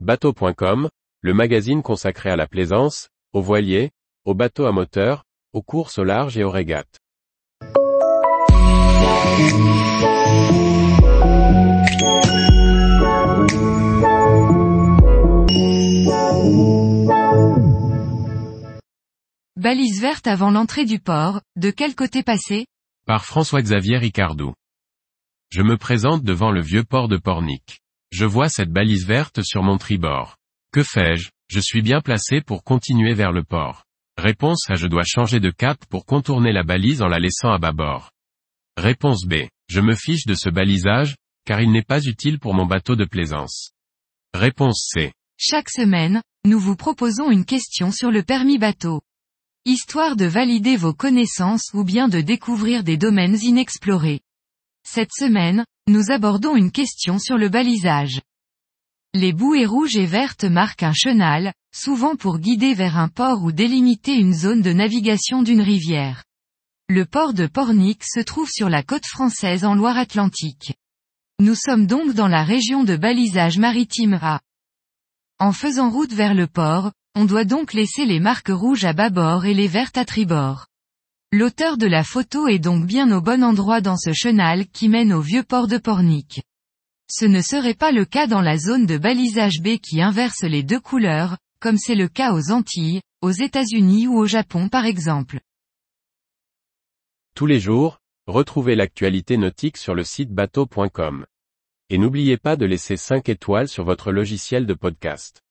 Bateau.com, le magazine consacré à la plaisance, aux voiliers, aux bateaux à moteur, aux courses au large et aux régates. Balise verte avant l'entrée du port, de quel côté passer? Par François-Xavier Ricardou. Je me présente devant le vieux port de Pornic. Je vois cette balise verte sur mon tribord. Que fais-je? Je suis bien placé pour continuer vers le port. Réponse A. Je dois changer de cap pour contourner la balise en la laissant à bâbord. Réponse B. Je me fiche de ce balisage, car il n'est pas utile pour mon bateau de plaisance. Réponse C. Chaque semaine, nous vous proposons une question sur le permis bateau. Histoire de valider vos connaissances ou bien de découvrir des domaines inexplorés. Cette semaine, nous abordons une question sur le balisage. Les bouées rouges et vertes marquent un chenal, souvent pour guider vers un port ou délimiter une zone de navigation d'une rivière. Le port de Pornic se trouve sur la côte française en Loire-Atlantique. Nous sommes donc dans la région de balisage maritime A. En faisant route vers le port, on doit donc laisser les marques rouges à bâbord et les vertes à tribord. L'auteur de la photo est donc bien au bon endroit dans ce chenal qui mène au vieux port de Pornic. Ce ne serait pas le cas dans la zone de balisage B qui inverse les deux couleurs, comme c'est le cas aux Antilles, aux États-Unis ou au Japon par exemple. Tous les jours, retrouvez l'actualité nautique sur le site bateau.com. Et n'oubliez pas de laisser 5 étoiles sur votre logiciel de podcast.